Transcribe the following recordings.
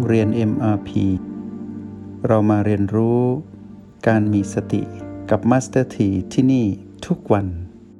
เรียน MRP เรามาเรียนรู้การมีสติกับ Master T ที่นี่ทุกวัน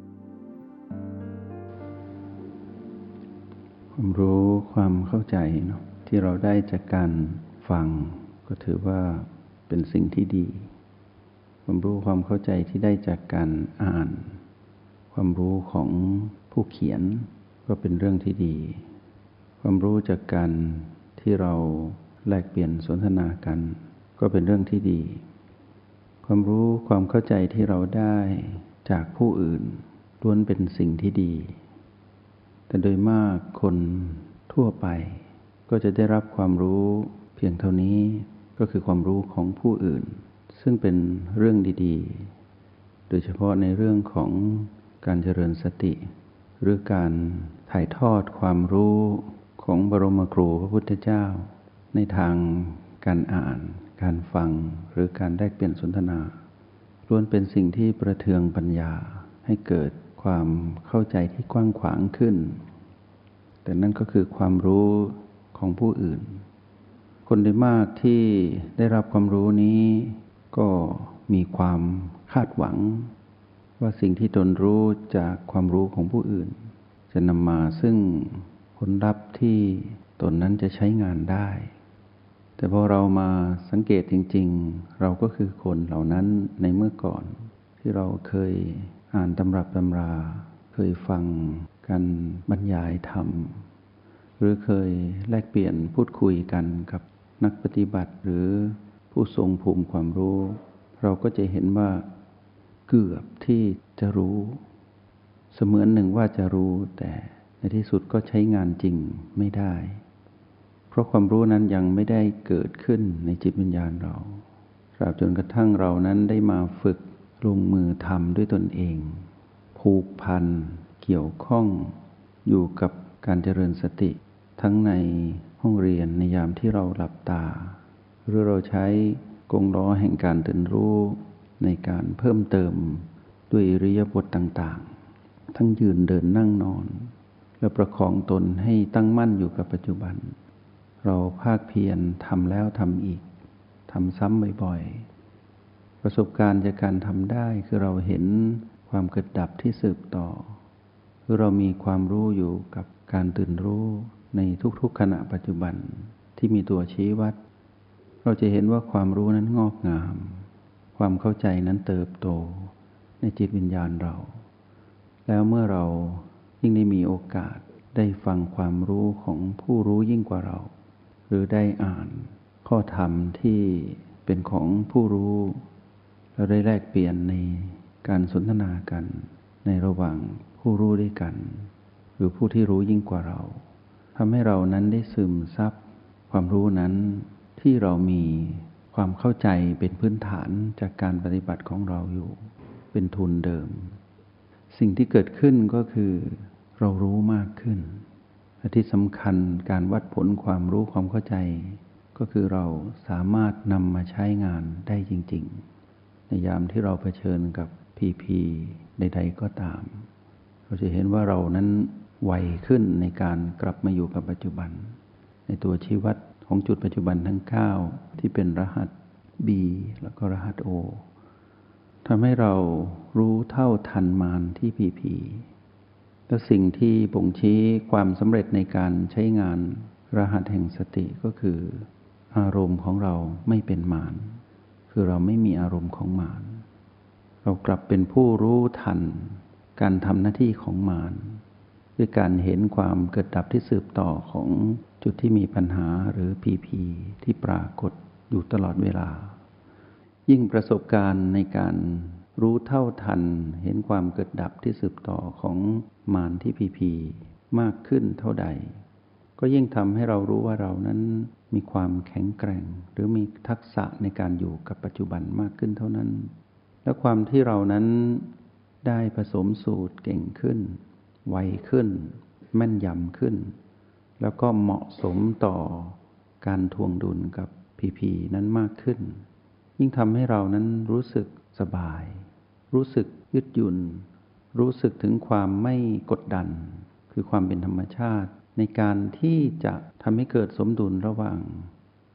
ความรู้ความเข้าใจเนาะที่เราได้จากการฟังก็ถือว่าเป็นสิ่งที่ดีความรู้ความเข้าใจที่ได้จากการอ่านความรู้ของผู้เขียนก็เป็นเรื่องที่ดีความรู้จากการที่เราแลกเปลี่ยนสนทนากันก็เป็นเรื่องที่ดีความรู้ความเข้าใจที่เราได้จากผู้อื่นล้วนเป็นสิ่งที่ดีแต่โดยมากคนทั่วไปก็จะได้รับความรู้เพียงเท่านี้ก็คือความรู้ของผู้อื่นซึ่งเป็นเรื่องดีๆโดยเฉพาะในเรื่องของการเจริญสติหรือการถ่ายทอดความรู้ของบรมครูพระพุทธเจ้าในทางการอ่านการฟังหรือการแลกเปลี่ยนสนทนาล้วนเป็นสิ่งที่ประเทืองปัญญาให้เกิดความเข้าใจที่กว้างขวางขึ้นแต่นั่นก็คือความรู้ของผู้อื่นคนได้มากที่ได้รับความรู้นี้ก็มีความคาดหวังว่าสิ่งที่ตนรู้จากความรู้ของผู้อื่นจะนำมาซึ่งผลลัพธ์ที่ตนนั้นจะใช้งานได้แต่พอเรามาสังเกตจริงๆเราก็คือคนเหล่านั้นในเมื่อก่อนที่เราเคยอ่านตำรับตำราเคยฟังการบรรยายธรรมหรือเคยแลกเปลี่ยนพูดคุยกันกับนักปฏิบัติหรือผู้ทรงภูมิความรู้เราก็จะเห็นว่าเกือบที่จะรู้เสมือนหนึ่งว่าจะรู้แต่ในที่สุดก็ใช้งานจริงไม่ได้เพราะความรู้นั้นยังไม่ได้เกิดขึ้นในจิตวิญญาณเราตราบจนกระทั่งเรานั้นได้มาฝึกลงมือทำด้วยตนเองผูกพันเกี่ยวข้องอยู่กับการเจริญสติทั้งในห้องเรียนในยามที่เราหลับตาหรือเราใช้กงล้อแห่งการตื่นรู้ในการเพิ่มเติมด้วยอิริยาบถต่างๆทั้งยืนเดินนั่งนอนและประคองตนให้ตั้งมั่นอยู่กับปัจจุบันเราภาคเพียรทำแล้วทำอีกทำซ้ำบ่อยๆประสบการณ์จากการทำได้คือเราเห็นความเกิดดับที่สืบต่อคือเรามีความรู้อยู่กับการตื่นรู้ในทุกๆขณะปัจจุบันที่มีตัวชี้วัดเราจะเห็นว่าความรู้นั้นงอกงามความเข้าใจนั้นเติบโตในจิตวิญญาณเราแล้วเมื่อเรายิ่งได้มีโอกาสได้ฟังความรู้ของผู้รู้ยิ่งกว่าเราหรือได้อ่านข้อธรรมที่เป็นของผู้รู้เราได้แลกเปลี่ยนในการสนทนากันในระหว่างผู้รู้ด้วยกันหรือผู้ที่รู้ยิ่งกว่าเราทำให้เรานั้นได้ซึมซับความรู้นั้นที่เรามีความเข้าใจเป็นพื้นฐานจากการปฏิบัติของเราอยู่เป็นทุนเดิมสิ่งที่เกิดขึ้นก็คือเรารู้มากขึ้นและที่สำคัญการวัดผลความรู้ความเข้าใจก็คือเราสามารถนำมาใช้งานได้จริงๆในยามที่เราเผชิญกับพีใดๆก็ตามเราจะเห็นว่าเรานั้นไวขึ้นในการกลับมาอยู่กับปัจจุบันในตัวชี้วัดของจุดปัจจุบันทั้ง9ที่เป็นรหัส B แล้วก็รหัส O ทำให้เรารู้เท่าทันมารที่พีและสิ่งที่บ่งชี้ความสำเร็จในการใช้งานรหัสแห่งสติก็คืออารมณ์ของเราไม่เป็นมารคือเราไม่มีอารมณ์ของมารเรากลับเป็นผู้รู้ทันการทำหน้าที่ของมารด้วยการเห็นความเกิดดับที่สืบต่อของจุดที่มีปัญหาหรือพีที่ปรากฏอยู่ตลอดเวลายิ่งประสบการณ์ในการรู้เท่าทันเห็นความเกิดดับที่สืบต่อของมารที่พีมากขึ้นเท่าใดก็ยิ่งทำให้เรารู้ว่าเรานั้นมีความแข็งแกร่งหรือมีทักษะในการอยู่กับปัจจุบันมากขึ้นเท่านั้นและความที่เรานั้นได้ผสมสูตรเก่งขึ้นไวขึ้นแม่นยำขึ้นแล้วก็เหมาะสมต่อการทวงดุลกับพีนั้นมากขึ้นยิ่งทำให้เรานั้นรู้สึกสบายรู้สึกยืดหยุ่นรู้สึกถึงความไม่กดดันคือความเป็นธรรมชาติในการที่จะทำให้เกิดสมดุลระหว่าง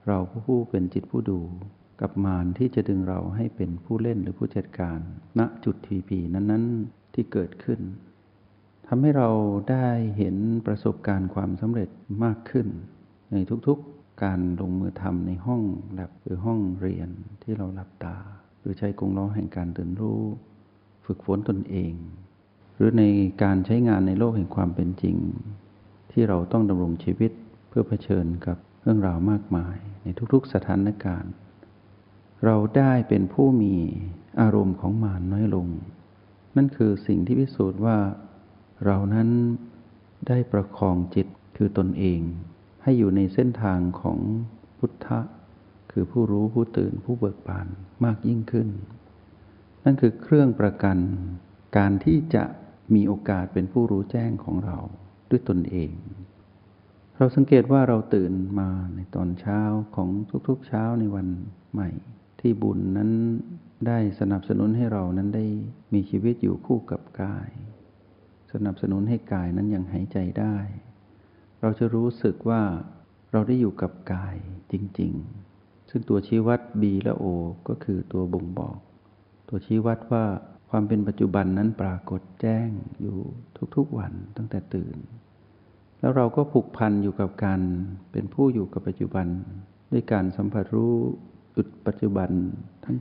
เราผู้เป็นจิตผู้ดูกับมารที่จะดึงเราให้เป็นผู้เล่นหรือผู้จัดการณจุดทีพีนั้นๆที่เกิดขึ้นทำให้เราได้เห็นประสบการณ์ความสำเร็จมากขึ้นในทุกๆการลงมือทำในห้องแลบหรือห้องเรียนที่เราหลับตาหรือใช้กงล้อแห่งการตื่นรู้ฝึกฝนตนเองหรือในการใช้งานในโลกแห่งความเป็นจริงที่เราต้องดำรงชีวิตเพื่อเผชิญกับเรื่องราวมากมายในทุกๆสถานการณ์เราได้เป็นผู้มีอารมณ์ของมารน้อยลงนั่นคือสิ่งที่พิสูจน์ว่าเรานั้นได้ประคองจิตคือตนเองให้อยู่ในเส้นทางของพุทธะคือผู้รู้ผู้ตื่นผู้เบิกบานมากยิ่งขึ้นนั่นคือเครื่องประกันการที่จะมีโอกาสเป็นผู้รู้แจ้งของเราด้วยตนเองเราสังเกตว่าเราตื่นมาในตอนเช้าของทุกๆเช้าในวันใหม่ที่บุญนั้นได้สนับสนุนให้เรานั้นได้มีชีวิตอยู่คู่กับกายสนับสนุนให้กายนั้นยังหายใจได้เราจะรู้สึกว่าเราได้อยู่กับกายจริงๆซึ่งตัวชี้วัด B และ O ก็คือตัวบ่งบอกตัวชี้วัดว่าความเป็นปัจจุบันนั้นปรากฏแจ้งอยู่ทุกๆวันตั้งแต่ตื่นแล้วเราก็ผูกพันอยู่กับการเป็นผู้อยู่กับปัจจุบันด้วยการสัมผัสรู้จุดปัจจุบันทั้ง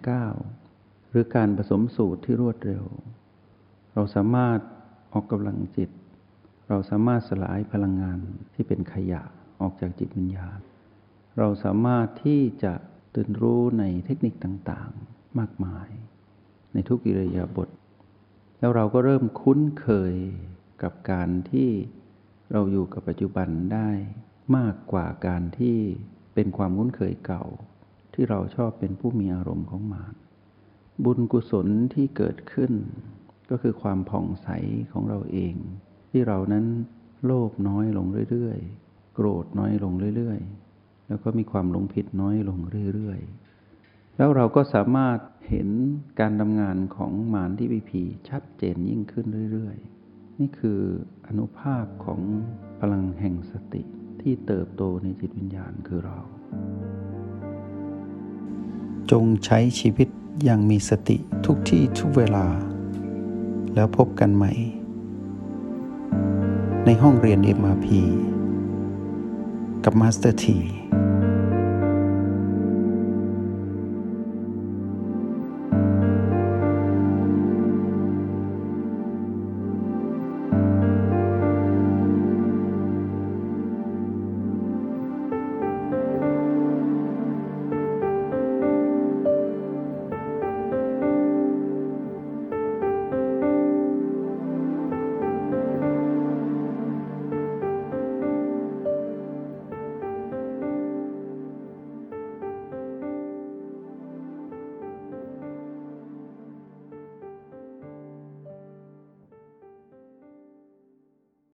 9หรือการผสมสูตรที่รวดเร็วเราสามารถออกกำลังจิตเราสามารถสลายพลังงานที่เป็นขยะออกจากจิตวิญญาณเราสามารถที่จะตื่นรู้ในเทคนิคต่างๆมากมายในทุกอิริยาบถแล้วเราก็เริ่มคุ้นเคยกับการที่เราอยู่กับปัจจุบันได้มากกว่าการที่เป็นความคุ้นเคยเก่าที่เราชอบเป็นผู้มีอารมณ์ของมารบุญกุศลที่เกิดขึ้นก็คือความผ่องใสของเราเองที่เรานั้นโลภน้อยลงเรื่อยๆโกรธน้อยลงเรื่อยๆแล้วก็มีความหลงผิดน้อยลงเรื่อยๆแล้วเราก็สามารถเห็นการทำงานของมารที่ผีชัดเจนยิ่งขึ้นเรื่อยๆนี่คืออานุภาพของพลังแห่งสติที่เติบโตในจิตวิญญาณคือเราจงใช้ชีวิตอย่างมีสติทุกที่ทุกเวลาแล้วพบกันใหม่ในห้องเรียน MRP กับมาสเตอร์ที